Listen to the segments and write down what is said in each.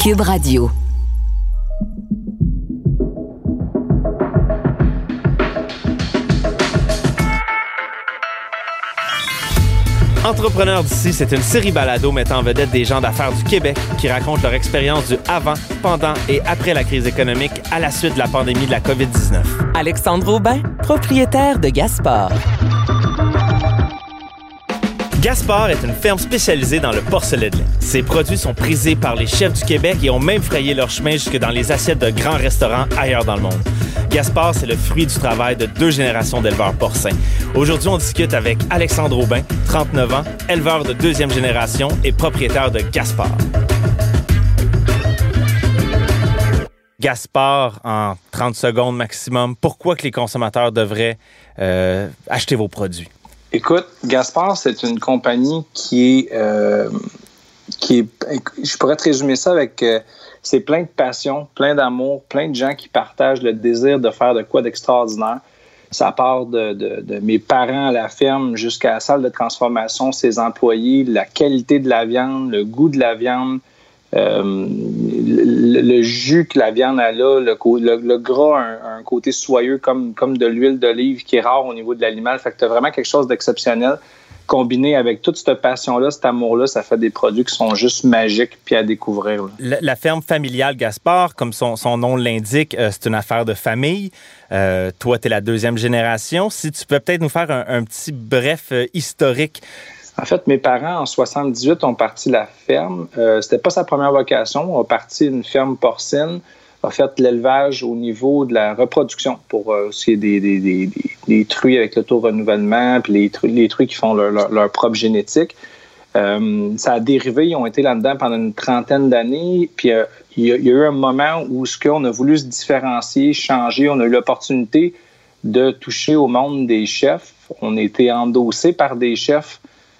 Cube Radio. Entrepreneurs d'ici, c'est une série balado mettant en vedette des gens d'affaires du Québec qui racontent leur expérience du avant, pendant et après la crise économique à la suite de la pandémie de la COVID-19. Alexandre Aubin, propriétaire de Gaspard. Gaspard est une ferme spécialisée dans le porcelet de lait. Ses produits sont prisés par les chefs du Québec et ont même frayé leur chemin jusque dans les assiettes de grands restaurants ailleurs dans le monde. Gaspard, c'est le fruit du travail de 2 générations d'éleveurs porcins. Aujourd'hui, on discute avec Alexandre Aubin, 39 ans, éleveur de 2e génération et propriétaire de Gaspard. Gaspard, en 30 secondes maximum, pourquoi que les consommateurs devraient acheter vos produits? Écoute, Gaspard, c'est une compagnie qui est, je pourrais te résumer ça avec, c'est plein de passion, plein d'amour, plein de gens qui partagent le désir de faire de quoi d'extraordinaire. Ça part de mes parents à la ferme jusqu'à la salle de transformation, ses employés, la qualité de la viande, le goût de la viande, le jus que la viande a là, le gras a un côté soyeux comme de l'huile d'olive qui est rare au niveau de l'animal. Fait que tu as vraiment quelque chose d'exceptionnel. Combiné avec toute cette passion-là, cet amour-là, ça fait des produits qui sont juste magiques puis à découvrir. La ferme familiale Gaspard, comme son nom l'indique, c'est une affaire de famille. Toi, tu es la 2e génération. Si tu peux peut-être nous faire un petit bref historique. En fait, mes parents, en 78, ont parti la ferme. C'était pas sa première vocation. On a parti une ferme porcine, a fait l'élevage au niveau de la reproduction pour aussi des truies avec le taux de renouvellement, puis les truies qui font leur propre génétique. Ça a dérivé, ils ont été là-dedans pendant une 30aine d'années, puis il y a eu un moment où on a voulu se différencier, changer, on a eu l'opportunité de toucher au monde des chefs. On a été endossés par des chefs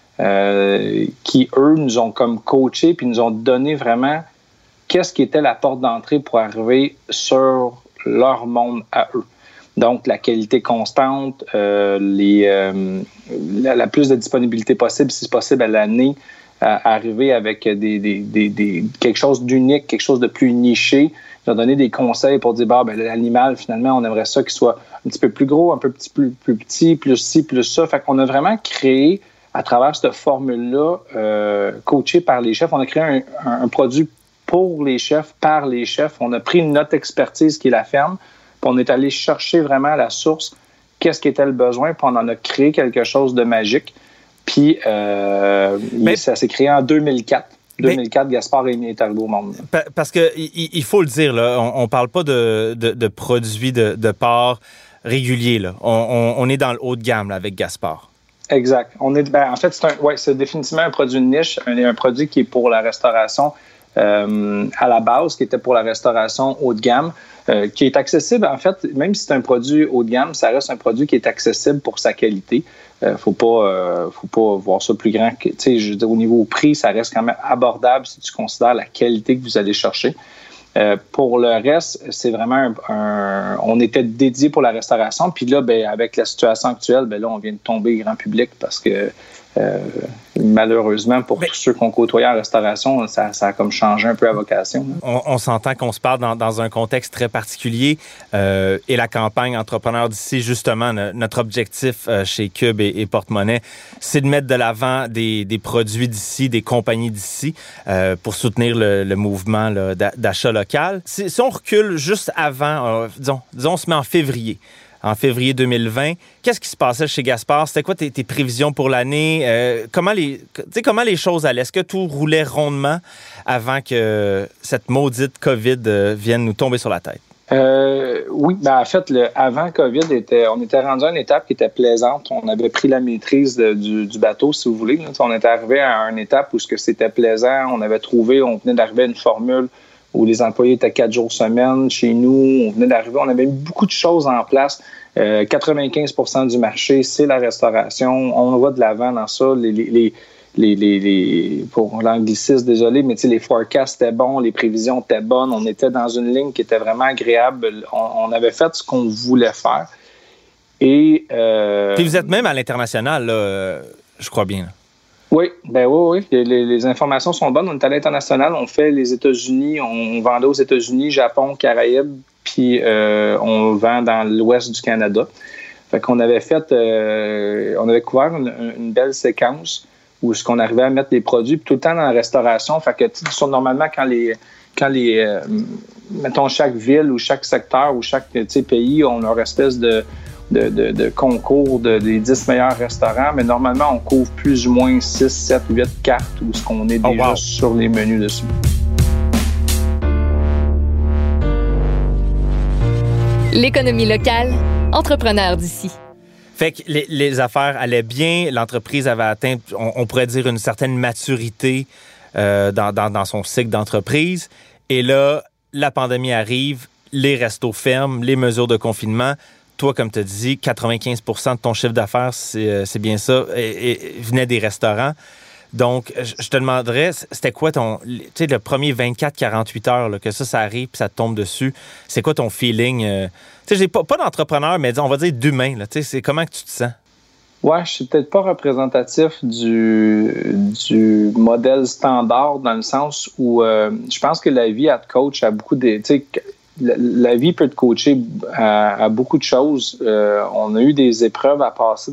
qui, eux, nous ont comme coachés puis nous ont donné vraiment qu'est-ce qui était la porte d'entrée pour arriver sur leur monde à eux. Donc, la qualité constante, la plus de disponibilité possible, si c'est possible à l'année, arriver avec quelque chose d'unique, quelque chose de plus niché. Ils ont donné des conseils pour dire, l'animal, finalement, on aimerait ça qu'il soit un petit peu plus gros, un peu plus petit, plus ci, plus ça. Fait qu'on a vraiment créé, à travers cette formule-là, coaché par les chefs, on a créé un produit pour les chefs, par les chefs. On a pris notre expertise qui est la ferme, puis on est allé chercher vraiment à la source qu'est-ce qui était le besoin, puis on en a créé quelque chose de magique. Puis ça s'est créé en 2004. 2004, Gaspard est arrivé au monde. Parce qu'il faut le dire, là, on parle pas de produits de porc réguliers. Là. On est dans le haut de gamme là, avec Gaspard. Exact. En fait, c'est définitivement un produit de niche, un produit qui est pour la restauration à la base, qui était pour la restauration haut de gamme, qui est accessible. En fait, même si c'est un produit haut de gamme, ça reste un produit qui est accessible pour sa qualité. Faut pas voir ça plus grand. Je veux dire, au niveau prix, ça reste quand même abordable si tu considères la qualité que vous allez chercher. Pour le reste, c'est vraiment on était dédié pour la restauration. Puis là, avec la situation actuelle, là, on vient de tomber grand public parce que malheureusement, pour tous ceux qu'on côtoyait en restauration, ça a comme changé un peu la vocation. On s'entend qu'on se parle dans un contexte très particulier et la campagne Entrepreneurs d'ici, justement, notre objectif chez Cube et Porte-Monnaie, c'est de mettre de l'avant des produits d'ici, des compagnies d'ici pour soutenir le mouvement là, d'achat local. Si on recule juste avant, disons, on se met en février. En février 2020. Qu'est-ce qui se passait chez Gaspard? C'était quoi tes prévisions pour l'année? Comment les choses allaient? Est-ce que tout roulait rondement avant que cette maudite COVID vienne nous tomber sur la tête? Oui, en fait, avant COVID, on était rendu à une étape qui était plaisante. On avait pris la maîtrise du bateau, si vous voulez. Là. On était arrivé à une étape où c'était plaisant. On venait d'arriver à une formule où les employés étaient 4 jours semaine chez nous. On venait d'arriver, on avait mis beaucoup de choses en place. 95% du marché, c'est la restauration. On va de l'avant dans ça. Pour l'anglicisme, désolé, mais les forecasts étaient bons, les prévisions étaient bonnes. On était dans une ligne qui était vraiment agréable. On avait fait ce qu'on voulait faire. Et puis vous êtes même à l'international, là, je crois bien. Là. Oui, oui. Les informations sont bonnes. On est à l'international. On fait les États-Unis. On vendait aux États-Unis, Japon, Caraïbes, puis on vend dans l'ouest du Canada. Fait qu'on avait on avait couvert une belle séquence où ce qu'on arrivait à mettre des produits, puis tout le temps dans la restauration. Fait que normalement, quand les mettons chaque ville ou chaque secteur ou chaque pays ont leur espèce de concours des 10 meilleurs restaurants, mais normalement, on couvre plus ou moins 6, 7, 8 cartes où ce qu'on est déjà sur les menus dessus. L'économie locale, entrepreneur d'ici. Fait que les affaires allaient bien, l'entreprise avait atteint, on pourrait dire, une certaine maturité dans son cycle d'entreprise. Et là, la pandémie arrive, les restos ferment, les mesures de confinement. Toi, comme tu as dit, 95 % de ton chiffre d'affaires, c'est bien ça, et venait des restaurants. Donc, je te demanderais, c'était quoi le premier 24-48 heures là, que ça arrive puis ça te tombe dessus, c'est quoi ton feeling? J'ai pas d'entrepreneur, mais on va dire d'humain. Là, c'est comment que tu te sens? Ouais, je suis peut-être pas représentatif du modèle standard dans le sens où je pense que la vie, elle te coach à beaucoup de... La vie peut te coacher à beaucoup de choses. On a eu des épreuves à passer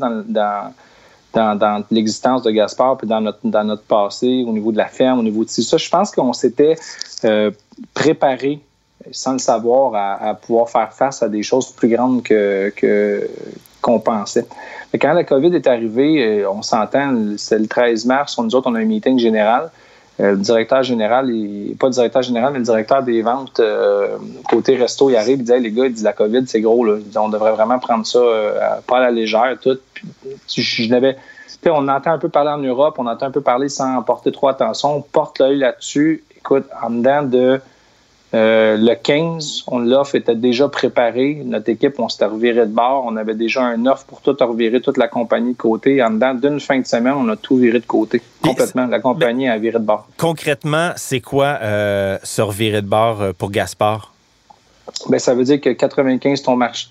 dans l'existence de Gaspard puis dans notre passé, au niveau de la ferme, au niveau de ça. Je pense qu'on s'était préparé, sans le savoir, à pouvoir faire face à des choses plus grandes qu'on pensait. Mais quand la COVID est arrivée, on s'entend, c'est le 13 mars, nous autres, on a un meeting général. Le directeur général, pas le directeur général, mais le directeur des ventes côté resto, il arrive, il dit hey, les gars, il dit la COVID, c'est gros, là. On devrait vraiment prendre ça pas à la légère, tout. Puis, on entend un peu parler en Europe, on entend un peu parler sans porter trop attention, on porte l'œil là-dessus. Écoute, en dedans de le 15, l'offre était déjà préparée. Notre équipe, on s'était reviré de bord. On avait déjà un offre pour tout revirer, toute la compagnie de côté. En dedans d'une fin de semaine, on a tout viré de côté. Complètement. La compagnie a viré de bord. Concrètement, c'est quoi se revirer de bord pour Gaspard? Bien, ça veut dire que 95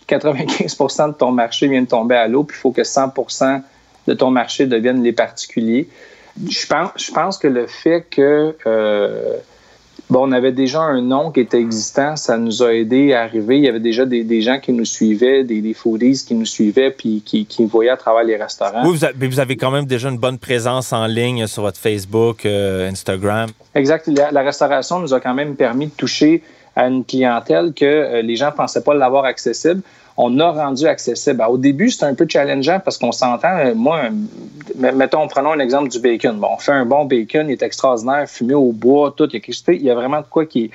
% de ton marché vient de tomber à l'eau, puis il faut que 100 % de ton marché deviennent les particuliers. Je pense que le fait que... on avait déjà un nom qui était existant, ça nous a aidé à arriver. Il y avait déjà des gens qui nous suivaient, des foodies qui nous suivaient puis qui voyaient à travers les restaurants. Oui, vous avez quand même déjà une bonne présence en ligne sur votre Facebook, Instagram. Exact. La restauration nous a quand même permis de toucher à une clientèle que les gens ne pensaient pas l'avoir accessible. On a rendu accessible. Au début, c'était un peu challengeant parce qu'on s'entend. Moi, prenons un exemple du bacon. Bon, on fait un bon bacon, il est extraordinaire, fumé au bois, tout. Il y a vraiment de quoi qui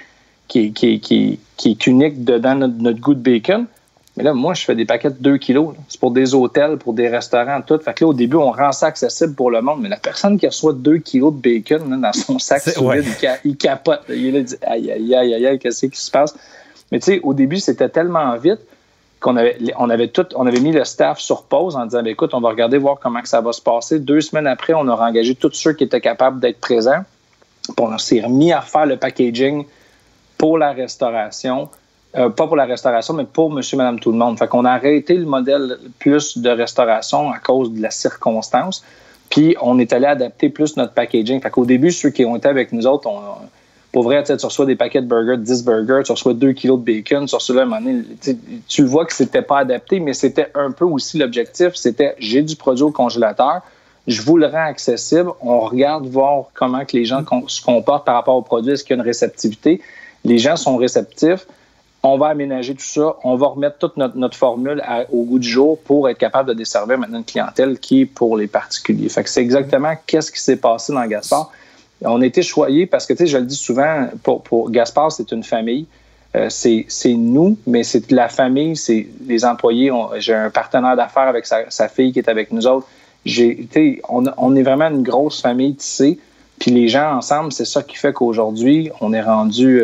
est unique dedans notre goût de bacon. Mais là, moi, je fais des paquets de 2 kilos. Là. C'est pour des hôtels, pour des restaurants, tout. Fait que là, au début, on rend ça accessible pour le monde. Mais la personne qui reçoit 2 kilos de bacon là, dans son sac sous vide, il capote. Là. Il dit aïe, qu'est-ce qui se passe? Mais tu sais, au début, c'était tellement vite qu'on avait mis le staff sur pause en disant écoute, on va regarder voir comment que ça va se passer. 2 semaines après, on a engagé tous ceux qui étaient capables d'être présents. Puis on s'est remis à faire le packaging pour la restauration. Pas pour la restauration, mais pour monsieur, madame, tout le monde. Fait qu'on a arrêté le modèle plus de restauration à cause de la circonstance. Puis on est allé adapter plus notre packaging. Fait qu'au début, ceux qui ont été avec nous autres, pour vrai, tu reçois des paquets de burgers, 10 burgers, tu reçois 2 kilos de bacon, tu reçois là, à un moment donné, tu vois que c'était pas adapté, mais c'était un peu aussi l'objectif. C'était, j'ai du produit au congélateur, je vous le rends accessible, on regarde voir comment que les gens se comportent par rapport au produit, est-ce qu'il y a une réceptivité. Les gens sont réceptifs, on va aménager tout ça, on va remettre toute notre formule au goût du jour pour être capable de desservir maintenant une clientèle qui est pour les particuliers. Fait que c'est exactement qu'est-ce qui s'est passé dans Gaspard. On a été choyés parce que, tu sais, je le dis souvent, pour Gaspard, c'est une famille. C'est nous, mais c'est la famille, c'est les employés. J'ai un partenaire d'affaires avec sa fille qui est avec nous autres. On est vraiment une grosse famille tissée. Puis les gens ensemble, c'est ça qui fait qu'aujourd'hui, on est rendu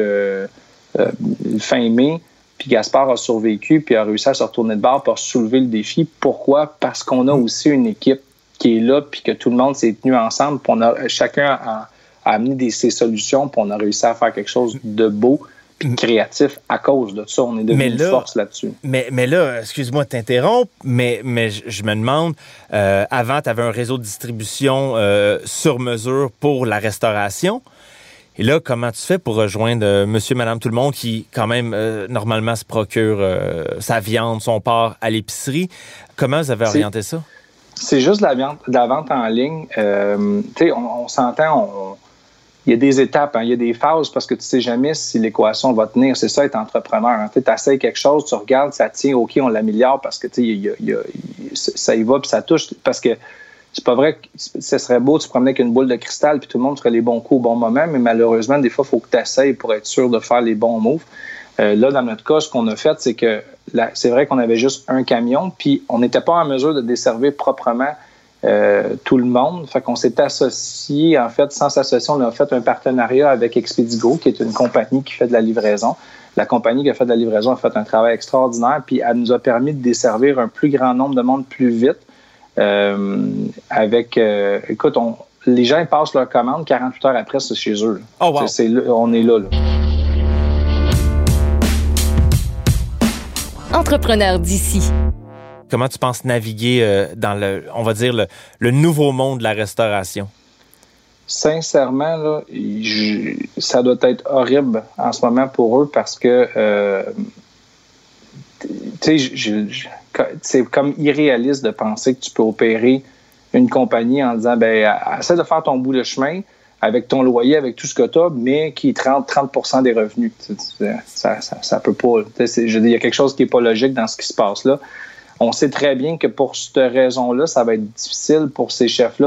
fin mai, puis Gaspard a survécu, puis a réussi à se retourner de bord pour soulever le défi. Pourquoi? Parce qu'on a aussi une équipe qui est là, puis que tout le monde s'est tenu ensemble, puis chacun a amené ses solutions, puis on a réussi à faire quelque chose de beau. puis créatif à cause de ça. On est devenu une force là-dessus. Mais là, excuse-moi de t'interrompre, mais je me demande, avant, tu avais un réseau de distribution sur mesure pour la restauration. Et là, comment tu fais pour rejoindre monsieur, madame, tout le monde qui, quand même, normalement, se procure sa viande, son porc à l'épicerie? Comment vous avez orienté ça? C'est juste de la vente en ligne. Tu sais, on s'entend, il y a des étapes, il y a des phases parce que tu sais jamais si l'équation va tenir. C'est ça, être entrepreneur. Tu essaies quelque chose, tu regardes, ça tient, OK, on l'améliore parce que tu sais, ça y va puis ça touche. Parce que c'est pas vrai que ce serait beau de se promener avec une boule de cristal puis tout le monde ferait les bons coups au bon moment, mais malheureusement, des fois, il faut que tu essaies pour être sûr de faire les bons moves. Là, dans notre cas, ce qu'on a fait, c'est que c'est vrai qu'on avait juste un camion, puis on n'était pas en mesure de desservir proprement tout le monde. Fait qu'on s'est associé, en fait, sans s'associer, on a fait un partenariat avec Expedigo, qui est une compagnie qui fait de la livraison. La compagnie qui a fait de la livraison a fait un travail extraordinaire, puis elle nous a permis de desservir un plus grand nombre de monde plus vite. Écoute, les gens ils passent leur commande, 48 heures après, c'est chez eux. Oh, wow. On est là. Entrepreneur d'ici. Comment tu penses naviguer dans on va dire, le nouveau monde de la restauration? Sincèrement, là, ça doit être horrible en ce moment pour eux parce que tu sais, c'est comme irréaliste de penser que tu peux opérer une compagnie en disant, essaie de faire ton bout de chemin avec ton loyer, avec tout ce que tu as, mais qui est 30% des revenus. Ça peut pas. Il y a quelque chose qui n'est pas logique dans ce qui se passe là. On sait très bien que pour cette raison-là, ça va être difficile pour ces chefs-là.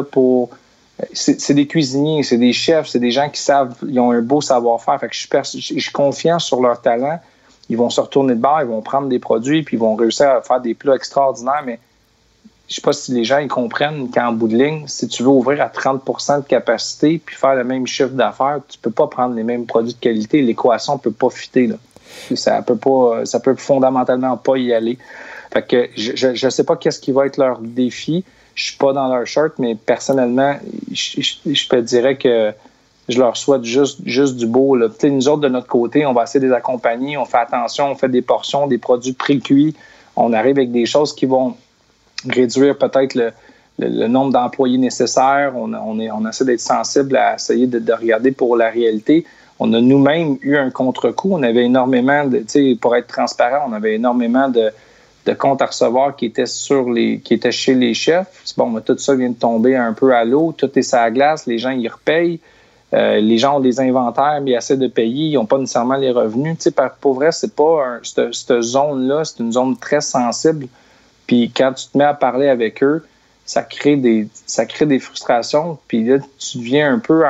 C'est des cuisiniers, c'est des chefs, c'est des gens qui savent, ils ont un beau savoir-faire. Fait que je suis confiant sur leur talent. Ils vont se retourner de bord, ils vont prendre des produits, puis ils vont réussir à faire des plats extraordinaires, mais je sais pas si les gens ils comprennent qu'en bout de ligne, si tu veux ouvrir à 30% de capacité puis faire le même chiffre d'affaires, tu peux pas prendre les mêmes produits de qualité. L'équation peut pas fitter, là. Ça peut fondamentalement pas y aller. Fait que je sais pas qu'est-ce qui va être leur défi. Je suis pas dans leur shirt, mais personnellement, je te dirais que je leur souhaite juste du beau. Là. Nous autres, de notre côté, on va essayer de les accompagner, on fait attention, on fait des portions, des produits pré-cuits. On arrive avec des choses qui vont réduire peut-être le nombre d'employés nécessaires. On essaie d'être sensible à essayer de regarder pour la réalité. On a nous-mêmes eu un contre-coup. On avait énormément pour être transparent, on avait énormément de comptes à recevoir qui étaient chez les chefs. Bon, mais tout ça vient de tomber un peu à l'eau. Tout est sur la glace. Les gens, ils repayent. Les gens ont des inventaires, mais ils essaient de payer. Ils n'ont pas nécessairement les revenus. Pour vrai, c'est pas cette zone-là, c'est une zone très sensible. Puis quand tu te mets à parler avec eux, ça crée des frustrations. Puis là, tu deviens un peu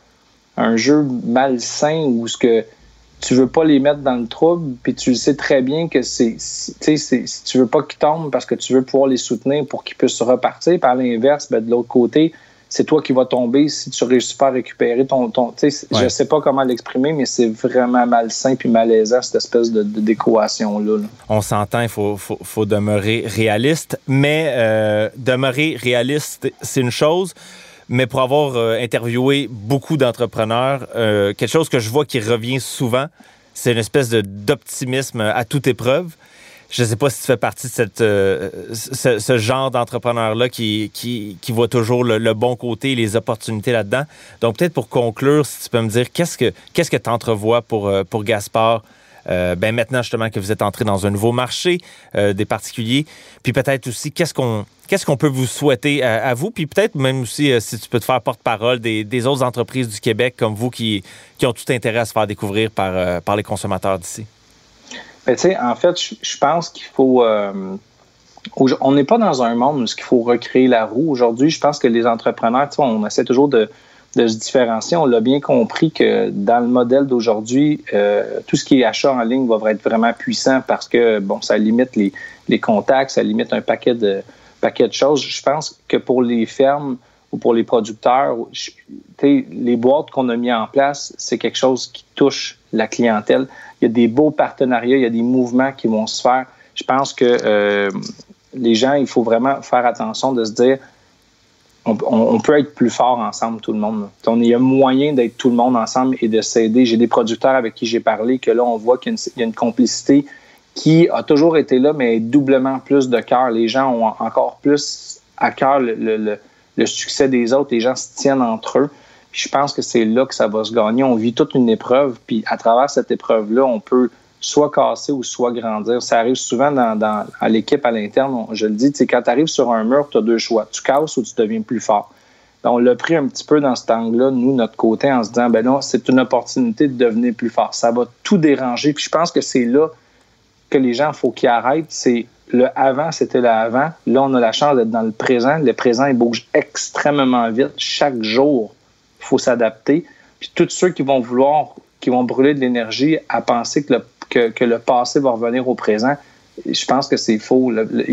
un jeu malsain où ce que tu veux pas les mettre dans le trouble, puis tu le sais très bien que si tu veux pas qu'ils tombent parce que tu veux pouvoir les soutenir pour qu'ils puissent repartir. Puis à l'inverse, de l'autre côté, c'est toi qui vas tomber si tu réussis pas à récupérer ton je sais pas comment l'exprimer, mais c'est vraiment malsain puis malaisant, cette espèce d'équation-là. On s'entend, il faut demeurer réaliste, mais demeurer réaliste, c'est une chose. Mais pour avoir interviewé beaucoup d'entrepreneurs, quelque chose que je vois qui revient souvent, c'est une espèce d'optimisme à toute épreuve. Je ne sais pas si tu fais partie de ce genre d'entrepreneur-là qui voit toujours le bon côté et les opportunités là-dedans. Donc, peut-être pour conclure, si tu peux me dire, qu'est-ce que tu entrevois pour Gaspard maintenant, justement, que vous êtes entré dans un nouveau marché des particuliers, puis peut-être aussi, qu'est-ce qu'on peut vous souhaiter à vous, puis peut-être même aussi, si tu peux te faire porte-parole des autres entreprises du Québec comme vous qui ont tout intérêt à se faire découvrir par les consommateurs d'ici. En fait, je pense qu'il faut... on n'est pas dans un monde où il faut recréer la roue. Aujourd'hui, je pense que les entrepreneurs, on essaie toujours de se différencier. On l'a bien compris que dans le modèle d'aujourd'hui, tout ce qui est achat en ligne va être vraiment puissant parce que, ça limite les contacts, ça limite un paquet de choses. Je pense que pour les fermes ou pour les producteurs, les boîtes qu'on a mis en place, c'est quelque chose qui touche la clientèle. Il y a des beaux partenariats, il y a des mouvements qui vont se faire. Je pense que les gens, il faut vraiment faire attention de se dire, on peut être plus fort ensemble, tout le monde. Il y a moyen d'être tout le monde ensemble et de s'aider. J'ai des producteurs avec qui j'ai parlé que là, on voit qu'il y a une complicité qui a toujours été là, mais doublement plus de cœur. Les gens ont encore plus à cœur le succès des autres. Les gens se tiennent entre eux. Puis je pense que c'est là que ça va se gagner. On vit toute une épreuve, puis à travers cette épreuve-là, on peut soit casser ou soit grandir. Ça arrive souvent à l'équipe à l'interne. Je le dis, quand tu arrives sur un mur, tu as deux choix. Tu casses ou tu deviens plus fort. Donc, on l'a pris un petit peu dans cet angle-là, nous, notre côté, en se disant, ben non, c'est une opportunité de devenir plus fort. Ça va tout déranger. Puis je pense que c'est là que les gens, il faut qu'ils arrêtent. C'est le avant, c'était le avant. Là, on a la chance d'être dans le présent. Le présent, il bouge extrêmement vite. Chaque jour, il faut s'adapter. Puis tous ceux qui vont brûler de l'énergie à penser que le passé va revenir au présent, je pense que c'est faux.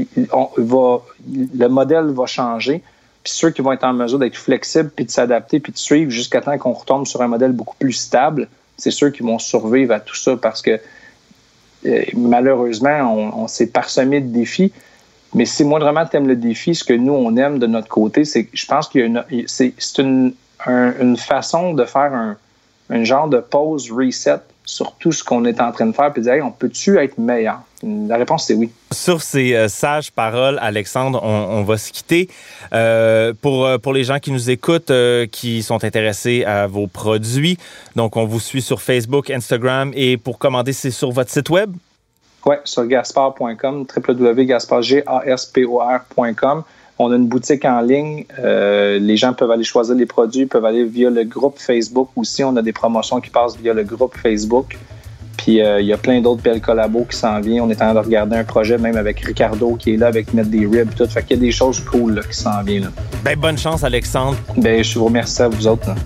Le modèle va changer. Puis ceux qui vont être en mesure d'être flexibles, puis de s'adapter, puis de suivre jusqu'à temps qu'on retombe sur un modèle beaucoup plus stable, c'est ceux qui vont survivre à tout ça parce que malheureusement, on s'est parsemé de défis. Mais si moindrement tu aimes le défi, ce que nous, on aime de notre côté, c'est que je pense qu'il y a c'est une façon de faire un genre de pause reset sur tout ce qu'on est en train de faire puis de dire hey, on peut-tu être meilleur? La réponse, c'est oui. Sur ces sages paroles, Alexandre, on va se quitter. Pour les gens qui nous écoutent, qui sont intéressés à vos produits, donc on vous suit sur Facebook, Instagram, et pour commander, c'est sur votre site web? Oui, sur gaspard.com, www.gaspar.com. On a une boutique en ligne. Les gens peuvent aller choisir les produits, peuvent aller via le groupe Facebook aussi. On a des promotions qui passent via le groupe Facebook. Puis il y a plein d'autres belles collabos qui s'en viennent. On est en train de regarder un projet même avec Ricardo qui est là, avec mettre des ribs et tout. Fait qu'il y a des choses cool là, qui s'en viennent. Là. Ben, bonne chance, Alexandre. Ben, je vous remercie à vous autres. Là.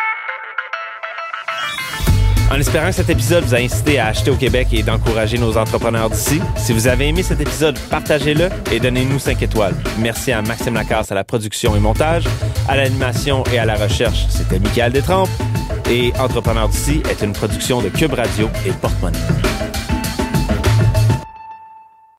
En espérant que cet épisode vous a incité à acheter au Québec et d'encourager nos entrepreneurs d'ici. Si vous avez aimé cet épisode, partagez-le et donnez-nous 5 étoiles. Merci à Maxime Lacasse à la production et montage, à l'animation et à la recherche. C'était Michael Détrempe. Et Entrepreneurs d'ici est une production de Cube Radio et Porte-Monnaie.